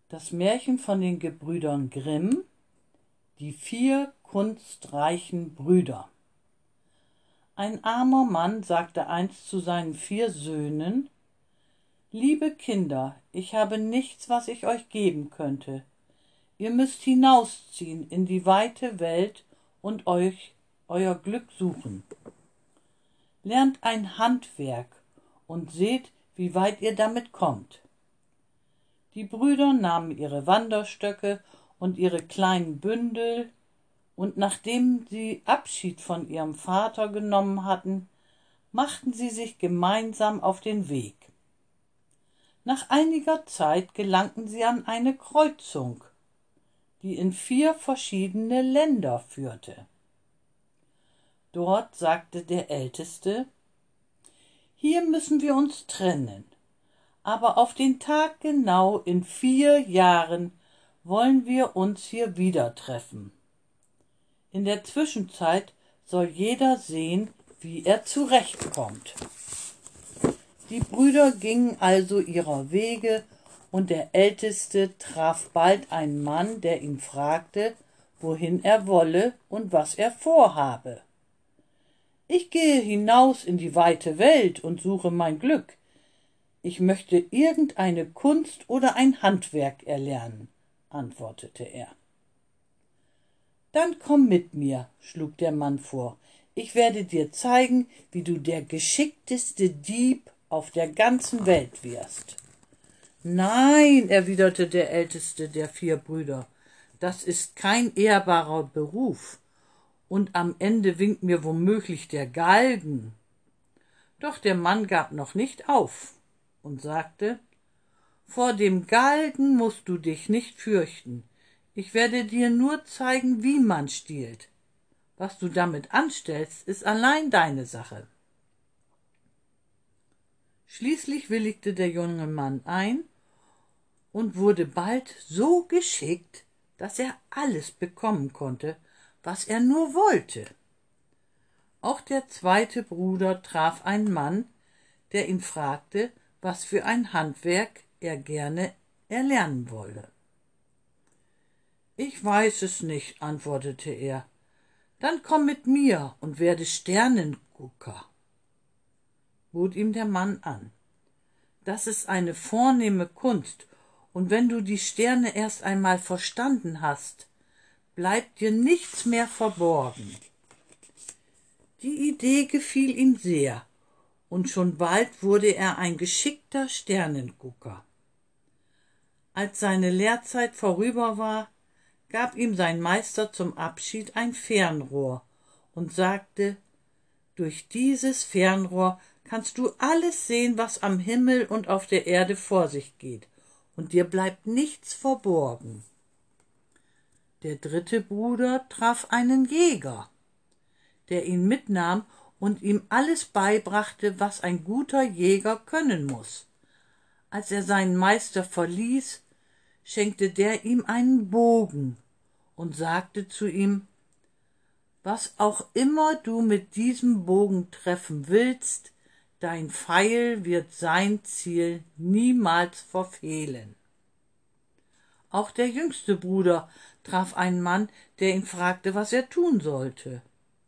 Das Märchen von den Gebrüdern Grimm, die 4 kunstreichen Brüder. Ein armer Mann sagte einst zu seinen 4 Söhnen: »Liebe Kinder, ich habe nichts, was ich euch geben könnte. Ihr müsst hinausziehen in die weite Welt und euch euer Glück suchen. Lernt ein Handwerk und seht, wie weit ihr damit kommt.« Die Brüder nahmen ihre Wanderstöcke und ihre kleinen Bündel, und nachdem sie Abschied von ihrem Vater genommen hatten, machten sie sich gemeinsam auf den Weg. Nach einiger Zeit gelangten sie an eine Kreuzung, die in 4 verschiedene Länder führte. Dort sagte der Älteste: »Hier müssen wir uns trennen. Aber auf den Tag genau in 4 Jahren wollen wir uns hier wieder treffen. In der Zwischenzeit soll jeder sehen, wie er zurechtkommt.« Die Brüder gingen also ihrer Wege, und der Älteste traf bald einen Mann, der ihn fragte, wohin er wolle und was er vorhabe. »Ich gehe hinaus in die weite Welt und suche mein Glück. Ich möchte irgendeine Kunst oder ein Handwerk erlernen«, antwortete er. »Dann komm mit mir«, schlug der Mann vor. »Ich werde dir zeigen, wie du der geschickteste Dieb auf der ganzen Welt wirst.« »Nein«, erwiderte der älteste der 4 Brüder, »das ist kein ehrbarer Beruf, und am Ende winkt mir womöglich der Galgen.« Doch der Mann gab noch nicht auf und sagte: »Vor dem Galgen musst du dich nicht fürchten. Ich werde dir nur zeigen, wie man stiehlt. Was du damit anstellst, ist allein deine Sache.« Schließlich willigte der junge Mann ein und wurde bald so geschickt, dass er alles bekommen konnte, was er nur wollte. Auch der 2. Bruder traf einen Mann, der ihn fragte, was für ein Handwerk er gerne erlernen wolle. »Ich weiß es nicht«, antwortete er. »Dann komm mit mir und werde Sternengucker«, bot ihm der Mann an. »Das ist eine vornehme Kunst, und wenn du die Sterne erst einmal verstanden hast, bleibt dir nichts mehr verborgen.« Die Idee gefiel ihm sehr, und schon bald wurde er ein geschickter Sternengucker. Als seine Lehrzeit vorüber war, gab ihm sein Meister zum Abschied ein Fernrohr und sagte: »Durch dieses Fernrohr kannst du alles sehen, was am Himmel und auf der Erde vor sich geht, und dir bleibt nichts verborgen.« Der 3. Bruder traf einen Jäger, der ihn mitnahm und ihm alles beibrachte, was ein guter Jäger können muss. Als er seinen Meister verließ, schenkte der ihm einen Bogen und sagte zu ihm: »Was auch immer du mit diesem Bogen treffen willst, dein Pfeil wird sein Ziel niemals verfehlen.« Auch der jüngste Bruder traf einen Mann, der ihn fragte, was er tun sollte.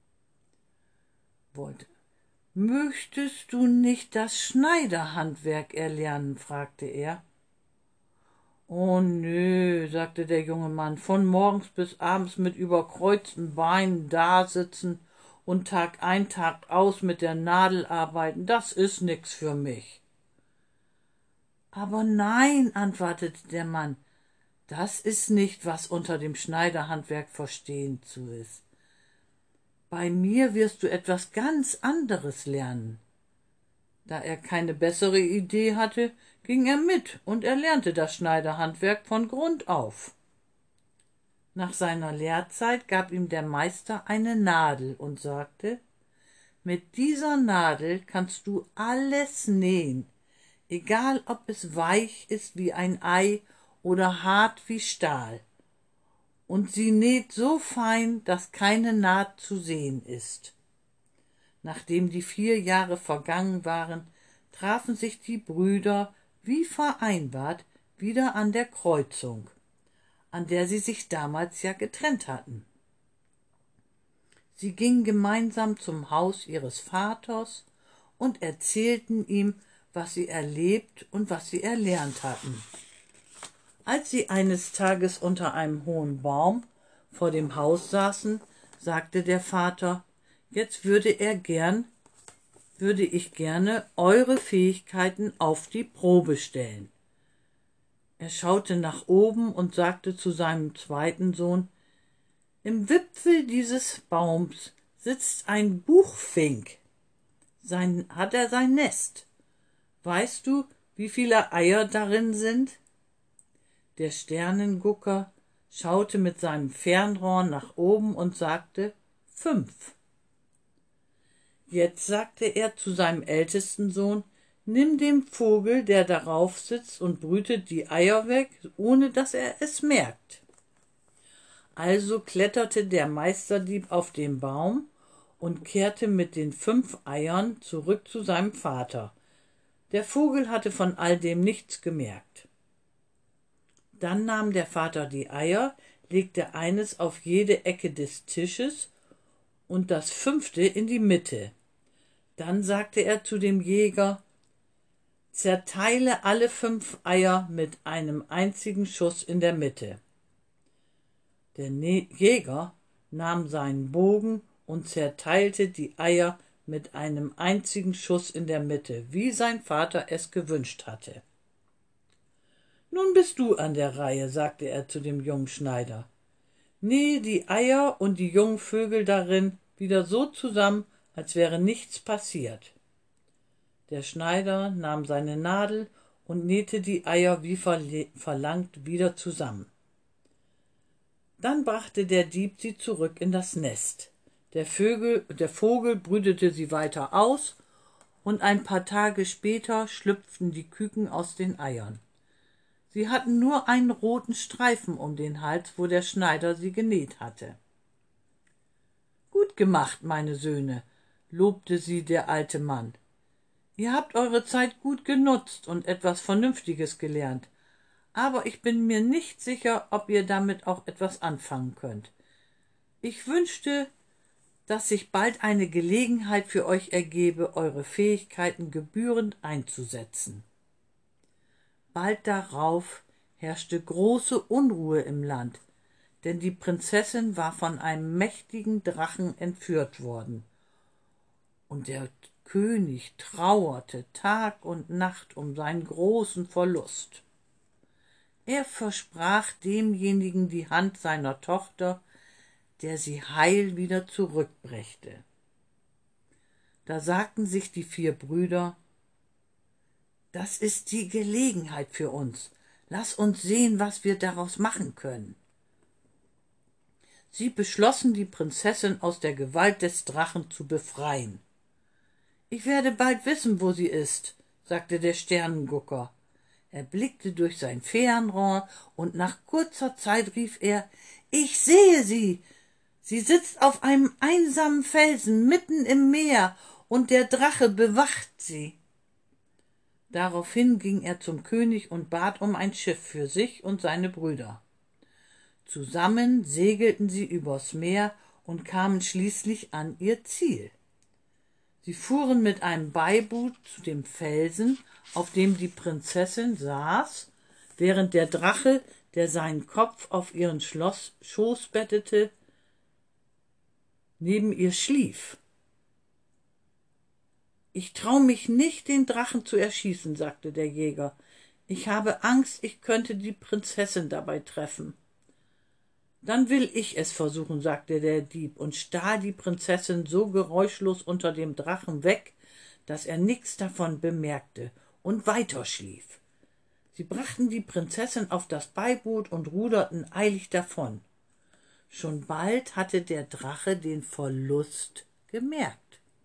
»Möchtest du nicht das Schneiderhandwerk erlernen?«, fragte er. »Oh nö«, sagte der junge Mann, »von morgens bis abends mit überkreuzten Beinen dasitzen und Tag ein, Tag aus mit der Nadel arbeiten, das ist nix für mich.« »Aber nein«, antwortete der Mann, »das ist nicht, was unter dem Schneiderhandwerk verstehen zu ist. Bei mir wirst du etwas ganz anderes lernen.« Da er keine bessere Idee hatte, ging er mit und erlernte das Schneiderhandwerk von Grund auf. Nach seiner Lehrzeit gab ihm der Meister eine Nadel und sagte: »Mit dieser Nadel kannst du alles nähen, egal ob es weich ist wie ein Ei oder hart wie Stahl. Und sie näht so fein, dass keine Naht zu sehen ist.« Nachdem die 4 Jahre vergangen waren, trafen sich die Brüder wie vereinbart wieder an der Kreuzung, an der sie sich damals ja getrennt hatten. Sie gingen gemeinsam zum Haus ihres Vaters und erzählten ihm, was sie erlebt und was sie erlernt hatten. Als sie eines Tages unter einem hohen Baum vor dem Haus saßen, sagte der Vater, jetzt würde ich gerne eure Fähigkeiten auf die Probe stellen. Er schaute nach oben und sagte zu seinem zweiten Sohn, im Wipfel dieses Baums sitzt ein Buchfink. Hat er sein Nest. Weißt du, wie viele Eier darin sind? Der Sternengucker schaute mit seinem Fernrohr nach oben und sagte 5. Jetzt sagte er zu seinem ältesten Sohn, nimm den Vogel, der darauf sitzt, und brütet die Eier weg, ohne dass er es merkt. Also kletterte der Meisterdieb auf den Baum und kehrte mit den 5 Eiern zurück zu seinem Vater. Der Vogel hatte von all dem nichts gemerkt. Dann nahm der Vater die Eier, legte eines auf jede Ecke des Tisches und das 5. in die Mitte. Dann sagte er zu dem Jäger, zerteile alle 5 Eier mit einem einzigen Schuss in der Mitte. Der Jäger nahm seinen Bogen und zerteilte die Eier mit einem einzigen Schuss in der Mitte, wie sein Vater es gewünscht hatte. Nun bist du an der Reihe, sagte er zu dem jungen Schneider. Nähe die Eier und die jungen Vögel darin wieder so zusammen, als wäre nichts passiert. Der Schneider nahm seine Nadel und nähte die Eier wie verlangt wieder zusammen. Dann brachte der Dieb sie zurück in das Nest. Der Vogel brütete sie weiter aus, und ein paar Tage später schlüpften die Küken aus den Eiern. Sie hatten nur einen roten Streifen um den Hals, wo der Schneider sie genäht hatte. Gut gemacht, meine Söhne, lobte sie der alte Mann. Ihr habt eure Zeit gut genutzt und etwas Vernünftiges gelernt, aber ich bin mir nicht sicher, ob ihr damit auch etwas anfangen könnt. Ich wünschte, dass sich bald eine Gelegenheit für euch ergebe, eure Fähigkeiten gebührend einzusetzen. Bald darauf herrschte große Unruhe im Land, denn die Prinzessin war von einem mächtigen Drachen entführt worden, und der König trauerte Tag und Nacht um seinen großen Verlust. Er versprach demjenigen die Hand seiner Tochter, der sie heil wieder zurückbrächte. Da sagten sich die 4 Brüder, das ist die Gelegenheit für uns. Lass uns sehen, was wir daraus machen können. Sie beschlossen, die Prinzessin aus der Gewalt des Drachen zu befreien. Ich werde bald wissen, wo sie ist, sagte der Sternengucker. Er blickte durch sein Fernrohr, und nach kurzer Zeit rief er, ich sehe sie! Sie sitzt auf einem einsamen Felsen mitten im Meer, und der Drache bewacht sie. Daraufhin ging er zum König und bat um ein Schiff für sich und seine Brüder. Zusammen segelten sie übers Meer und kamen schließlich an ihr Ziel. Sie fuhren mit einem Beiboot zu dem Felsen, auf dem die Prinzessin saß, während der Drache, der seinen Kopf auf ihren Schoß bettete, neben ihr schlief. Ich trau mich nicht, den Drachen zu erschießen, sagte der Jäger. Ich habe Angst, ich könnte die Prinzessin dabei treffen. Dann will ich es versuchen, sagte der Dieb und stahl die Prinzessin so geräuschlos unter dem Drachen weg, dass er nichts davon bemerkte und weiter schlief. Sie brachten die Prinzessin auf das Beiboot und ruderten eilig davon. Schon bald hatte der Drache den Verlust gemerkt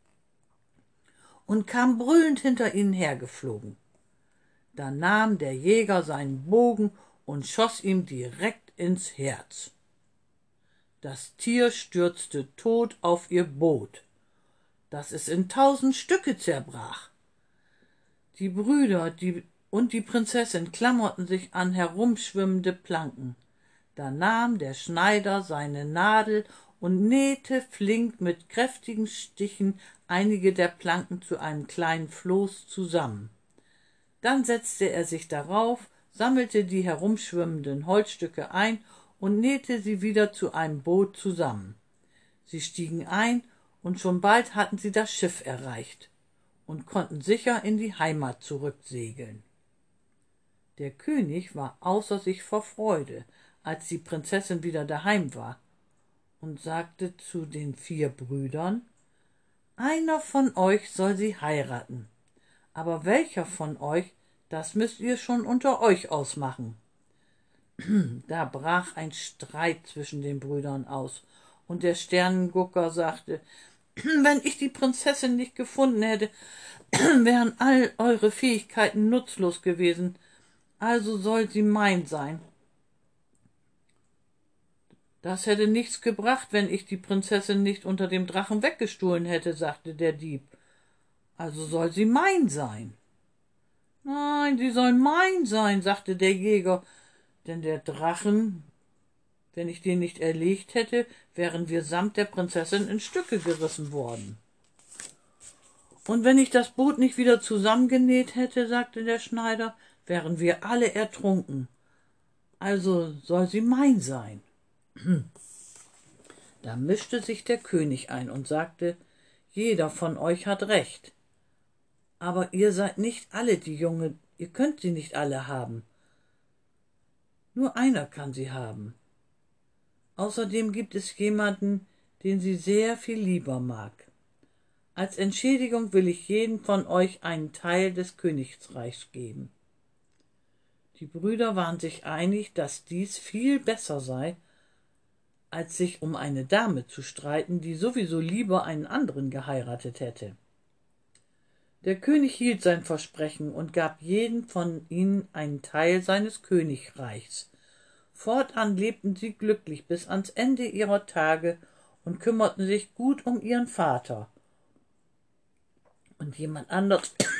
und kam brüllend hinter ihnen hergeflogen. Da nahm der Jäger seinen Bogen und schoss ihm direkt ins Herz. Das Tier stürzte tot auf ihr Boot, dass es in 1000 Stücke zerbrach. Die Brüder, die und die Prinzessin klammerten sich an herumschwimmende Planken. Da nahm der Schneider seine Nadel und nähte flink mit kräftigen Stichen einige der Planken zu einem kleinen Floß zusammen. Dann setzte er sich darauf, sammelte die herumschwimmenden Holzstücke ein und nähte sie wieder zu einem Boot zusammen. Sie stiegen ein, und schon bald hatten sie das Schiff erreicht und konnten sicher in die Heimat zurücksegeln. Der König war außer sich vor Freude, als die Prinzessin wieder daheim war, und sagte zu den 4 Brüdern: »Einer von euch soll sie heiraten, aber welcher von euch, das müsst ihr schon unter euch ausmachen.« Da brach ein Streit zwischen den Brüdern aus, und der Sternengucker sagte: »Wenn ich die Prinzessin nicht gefunden hätte, wären all eure Fähigkeiten nutzlos gewesen, also soll sie mein sein.« »Das hätte nichts gebracht, wenn ich die Prinzessin nicht unter dem Drachen weggestohlen hätte«, sagte der Dieb. »Also soll sie mein sein.« »Nein, sie soll mein sein«, sagte der Jäger, »denn der Drachen, wenn ich den nicht erlegt hätte, wären wir samt der Prinzessin in Stücke gerissen worden.« »Und wenn ich das Boot nicht wieder zusammengenäht hätte«, sagte der Schneider, »wären wir alle ertrunken. Also soll sie mein sein.« Da mischte sich der König ein und sagte: »Jeder von euch hat recht. Aber ihr seid nicht alle die Junge, ihr könnt sie nicht alle haben. Nur einer kann sie haben. Außerdem gibt es jemanden, den sie sehr viel lieber mag. Als Entschädigung will ich jedem von euch einen Teil des Königreichs geben.« Die Brüder waren sich einig, dass dies viel besser sei, als sich um eine Dame zu streiten, die sowieso lieber einen anderen geheiratet hätte. Der König hielt sein Versprechen und gab jedem von ihnen einen Teil seines Königreichs. Fortan lebten sie glücklich bis ans Ende ihrer Tage und kümmerten sich gut um ihren Vater. Und jemand anders